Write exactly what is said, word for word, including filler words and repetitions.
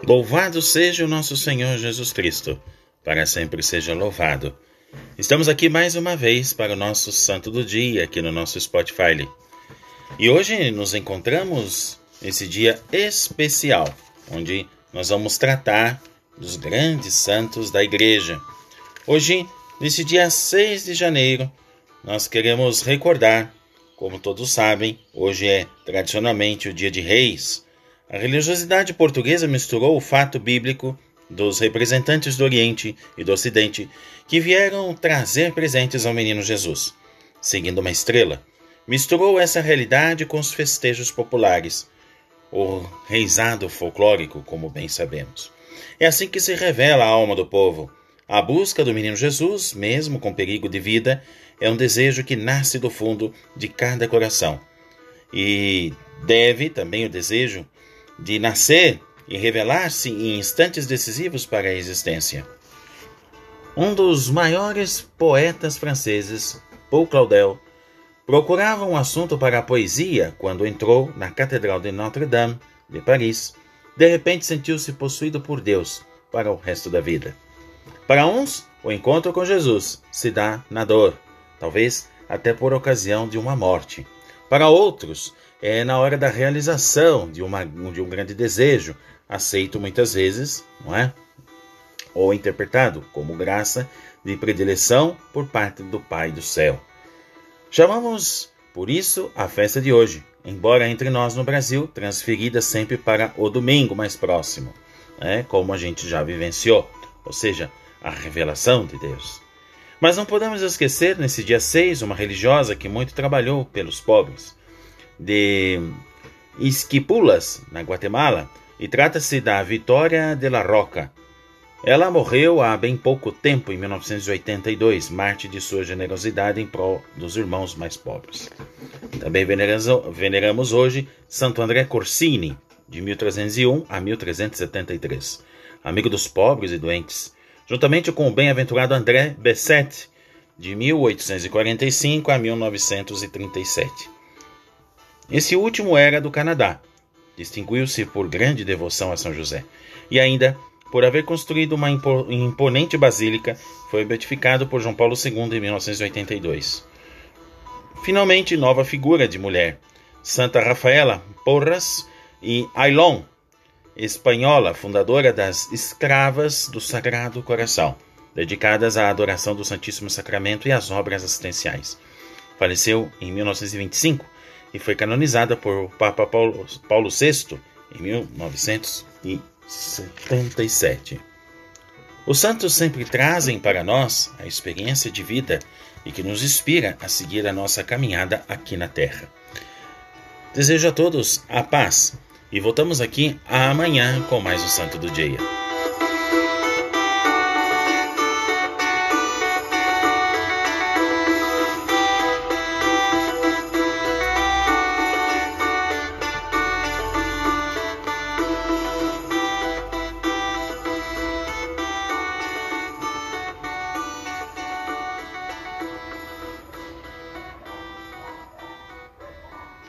Louvado seja o nosso Senhor Jesus Cristo, para sempre seja louvado. Estamos aqui mais uma vez para o nosso Santo do Dia, aqui no nosso Spotify. E hoje nos encontramos nesse dia especial, onde nós vamos tratar dos grandes santos da Igreja. Hoje, nesse dia seis de janeiro, nós queremos recordar, como todos sabem, hoje é tradicionalmente o Dia de Reis. A religiosidade portuguesa misturou o fato bíblico dos representantes do Oriente e do Ocidente que vieram trazer presentes ao menino Jesus, seguindo uma estrela. Misturou essa realidade com os festejos populares, o reisado folclórico, como bem sabemos. É assim que se revela a alma do povo. A busca do menino Jesus, mesmo com perigo de vida, é um desejo que nasce do fundo de cada coração. E deve também o desejo de nascer e revelar-se em instantes decisivos para a existência. Um dos maiores poetas franceses, Paul Claudel, procurava um assunto para a poesia quando entrou na Catedral de Notre-Dame de Paris. De repente sentiu-se possuído por Deus para o resto da vida. Para uns, o encontro com Jesus se dá na dor, talvez até por ocasião de uma morte. Para outros, é na hora da realização de, uma, de um grande desejo, aceito muitas vezes, não é? Ou interpretado como graça de predileção por parte do Pai do céu. Chamamos, por isso, a festa de hoje, embora entre nós no Brasil, transferida sempre para o domingo mais próximo, né? Como a gente já vivenciou, ou seja, a revelação de Deus. Mas não podemos esquecer, nesse dia seis, uma religiosa que muito trabalhou pelos pobres, de Esquipulas, na Guatemala, e trata-se da Vitória de la Roca. Ela morreu há bem pouco tempo, em mil novecentos e oitenta e dois, mártir de sua generosidade em prol dos irmãos mais pobres. Também veneramos hoje Santo André Corsini, de mil trezentos e um a mil trezentos e setenta e três, amigo dos pobres e doentes, juntamente com o bem-aventurado André Bessette, de mil oitocentos e quarenta e cinco a mil novecentos e trinta e sete. Esse último era do Canadá. Distinguiu-se por grande devoção a São José. E ainda, por haver construído uma imponente basílica, foi beatificado por João Paulo segundo em mil novecentos e oitenta e dois. Finalmente, nova figura de mulher. Santa Rafaela Porras e Ailón, espanhola, fundadora das Escravas do Sagrado Coração, dedicadas à adoração do Santíssimo Sacramento e às obras assistenciais. Faleceu em mil novecentos e vinte e cinco e foi canonizada por Papa Paulo, Paulo sexto em mil novecentos e setenta e sete. Os santos sempre trazem para nós a experiência de vida e que nos inspira a seguir a nossa caminhada aqui na Terra. Desejo a todos a paz e voltamos aqui amanhã com mais um Santo do Dia.